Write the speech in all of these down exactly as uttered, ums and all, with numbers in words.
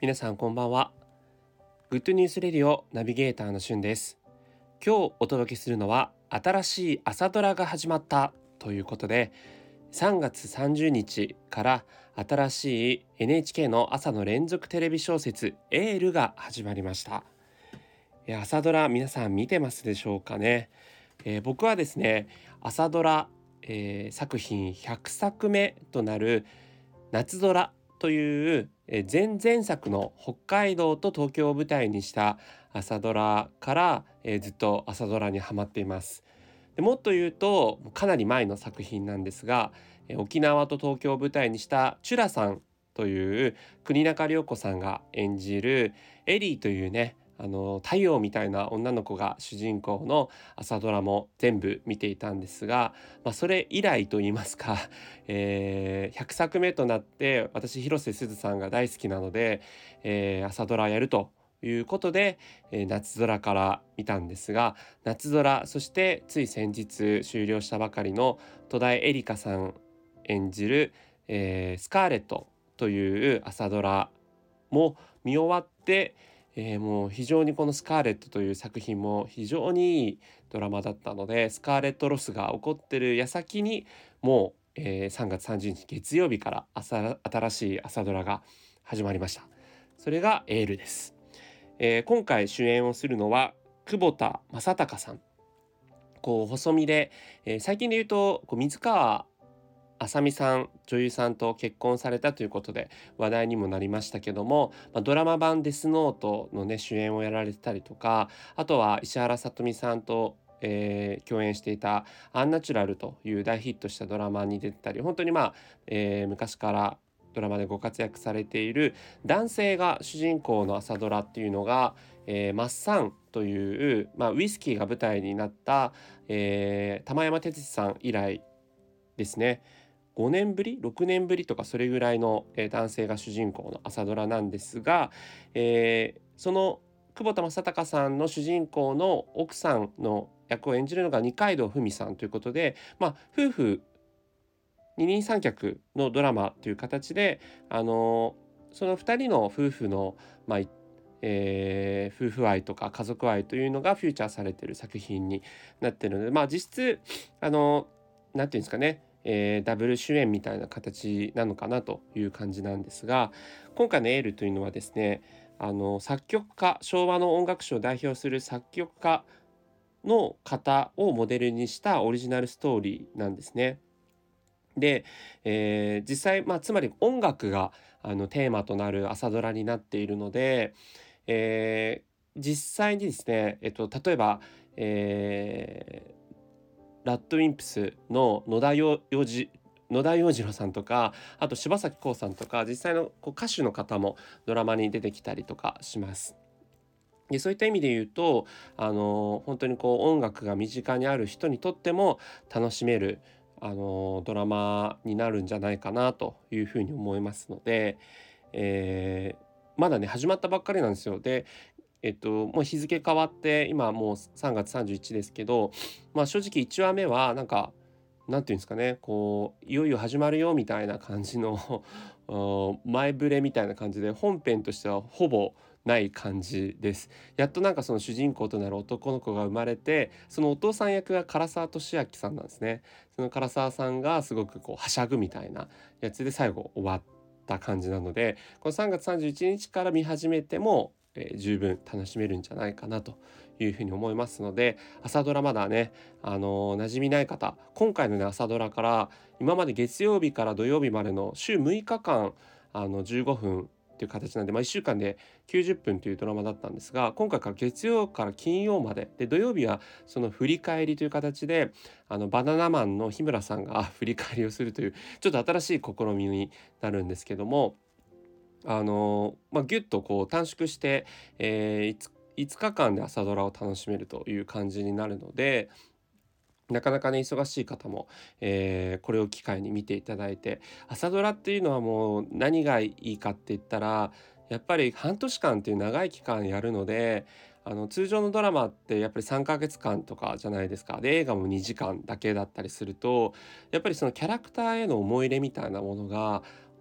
皆さんこんばんは。グッドニュースレディオナビゲーターのしゅんです。今日お届けするのは新しい朝ドラが始まったということで、さんがつさんじゅうにちから新しい エヌエイチケー の朝の連続テレビ小説エールが始まりました。え朝ドラ皆さん見てますでしょうかね。えー僕はですね、朝ドラ、えー作品ひゃくさくめとなる夏空というえー前々作の北海道と東京を舞台にした朝ドラから、えーずっと朝ドラにハマっています。でもっと言うとかなり前の作品なんですが、えー沖縄と東京を舞台にしたチュラさんという国中涼子さんが演じるエリーというね、あの太陽みたいな女の子が主人公の朝ドラも全部見ていたんですが、まあ、それ以来と言いますか、えーひゃくさくめとなって私広瀬すずさんが大好きなので、えー朝ドラやるということで、えー夏空から見たんですが、夏空、そしてつい先日終了したばかりの戸田恵梨香さん演じる、えースカーレットという朝ドラも見終わって、えーもう非常にこのスカーレットという作品も非常にいいドラマだったので、スカーレットロスが起こってる矢先にもう、えーさんがつさんじゅうにち月曜日から朝新しい朝ドラが始まりました。それがエールです。えー今回主演をするのは久保田正孝さん。こう細身で、えー最近で言うとこう水川あさみさん、女優さんと結婚されたということで話題にもなりましたけども、まあ、ドラマ版デスノートのね主演をやられてたりとか、あとは石原さとみさんと、えー共演していたアンナチュラルという大ヒットしたドラマに出てたり、本当にまあ、えー昔からドラマでご活躍されている男性が主人公の朝ドラっていうのが、えーマッサンという、まあ、ウイスキーが舞台になった、えー玉山哲司さん以来ですね。ごねんぶりろくねんぶりとかそれぐらいの、えー男性が主人公の朝ドラなんですが、えーその久保田正孝さんの主人公の奥さんの役を演じるのが二階堂ふみさんということで、まあ、夫婦二人三脚のドラマという形で、あのーそのふたりの夫婦の、まあいえー夫婦愛とか家族愛というのがフューチャーされている作品になっているので、まあ、実質あのなんていうんですかね、えーダブル主演みたいな形なのかなという感じなんですが、今回のエールというのはですね、あの作曲家、昭和の音楽史を代表する作曲家の方をモデルにしたオリジナルストーリーなんですね。で、えー実際、まあ、つまり音楽があのテーマとなる朝ドラになっているので、えー実際にですね、えっと、例えば、えーラッドウィンプスの野田洋次野田洋次郎さんとか、あと柴咲コウさんとか、実際のこう歌手の方もドラマに出てきたりとかします。でそういった意味で言うと、あの本当にこう音楽が身近にある人にとっても楽しめる、あのドラマになるんじゃないかなというふうに思いますので、えーまだね始まったばっかりなんですよ。で、えっと、もう日付変わって今もうさんがつさんじゅういちですけど、まあ正直いちわめはなんかなんていうんですかね、こういよいよ始まるよみたいな感じのあ前触れみたいな感じで、本編としてはほぼない感じです。やっとなんかその主人公となる男の子が生まれて、そのお父さん役が唐沢寿明さんなんですね。その唐沢さんがすごくこうはしゃぐみたいなやつで最後終わった感じなので、このさんがつさんじゅういちにちから見始めても、えー十分楽しめるんじゃないかなというふうに思いますので、朝ドラまだね、あのー馴染みない方、今回のね朝ドラから今まで月曜日から土曜日までの週むいかかん、あのじゅうごふんっていう形なんで、まあ、いっしゅうかんできゅうじゅっぷんというドラマだったんですが、今回から月曜から金曜までで、土曜日はその振り返りという形で、あのバナナマンの日村さんが振り返りをするというちょっと新しい試みになるんですけども、あのまあ、ギュッとこう短縮して、えーいついつかかんで朝ドラを楽しめるという感じになるので、なかなかね忙しい方も、えーこれを機会に見ていただいて、朝ドラっていうのはもう何がいいかって言ったら、やっぱり半年間っていう長い期間やるので、あの通常のドラマってやっぱりさんかげつかんとかじゃないですか。で映画もにじかんだけだったりすると、やっぱりそのキャラクターへの思い入れみたいなものが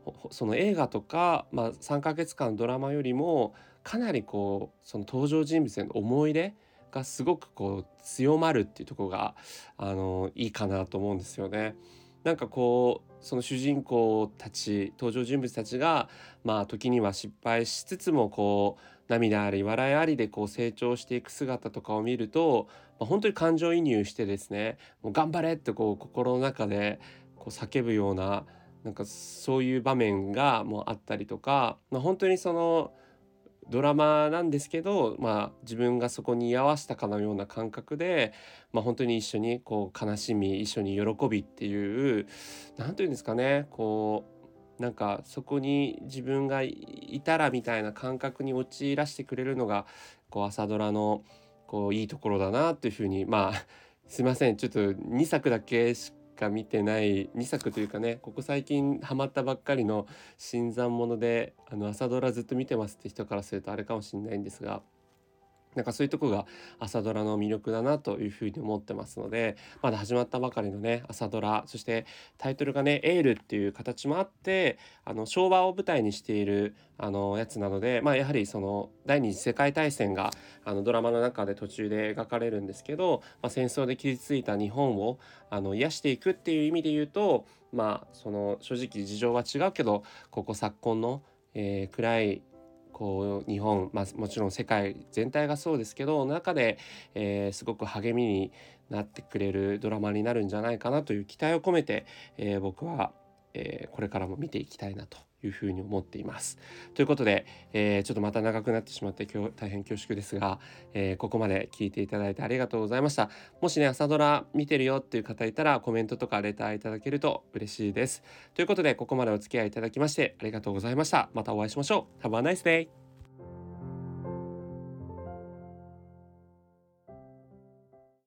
ほその映画とか、まあ、さんかげつかんのドラマよりもかなりこうその登場人物への思い入れがすごくこう強まるっていうところがあのいいかなと思うんですよね。なんかこうその主人公たち登場人物たちがまあ時には失敗しつつもこう涙あり笑いありでこう成長していく姿とかを見ると、まあ、本当に感情移入してですね、もう頑張れってこう心の中でこう叫ぶような、なんかそういう場面がもうあったりとか、まあ、本当にそのドラマなんですけど、まあ、自分がそこに居合わせたかのような感覚で、まあ、本当に一緒にこう悲しみ、一緒に喜びっていう、なんていうんですかね、こうなんかそこに自分がいたらみたいな感覚に陥らしてくれるのがこう朝ドラのこういいところだなっていうふうに、まあすいません、ちょっとにさくだけしか見てないにさくというかね、ここ最近ハマったばっかりの新参者で、あの朝ドラずっと見てますって人からするとあれかもしれないんですが、なんかそういうとこが朝ドラの魅力だなというふうに思ってますので、まだ始まったばかりのね朝ドラ、そしてタイトルがねエールっていう形もあって、あの昭和を舞台にしているあのやつなので、まあやはりその第二次世界大戦があのドラマの中で途中で描かれるんですけど、まあ、戦争で傷ついた日本をあの癒していくっていう意味で言うと、まあその正直事情は違うけど、ここ昨今の、えー暗いこう日本、まあ、もちろん世界全体がそうですけど中で、えーすごく励みになってくれるドラマになるんじゃないかなという期待を込めて、えー僕は、えーこれからも見ていきたいなというふうに思っています。ということで、えーちょっとまた長くなってしまって今日大変恐縮ですが、えーここまで聞いていただいてありがとうございました。もしね朝ドラ見てるよっていう方いたらコメントとかレターいただけると嬉しいです。ということでここまでお付き合いいただきましてありがとうございました。またお会いしましょう。Have a nice day!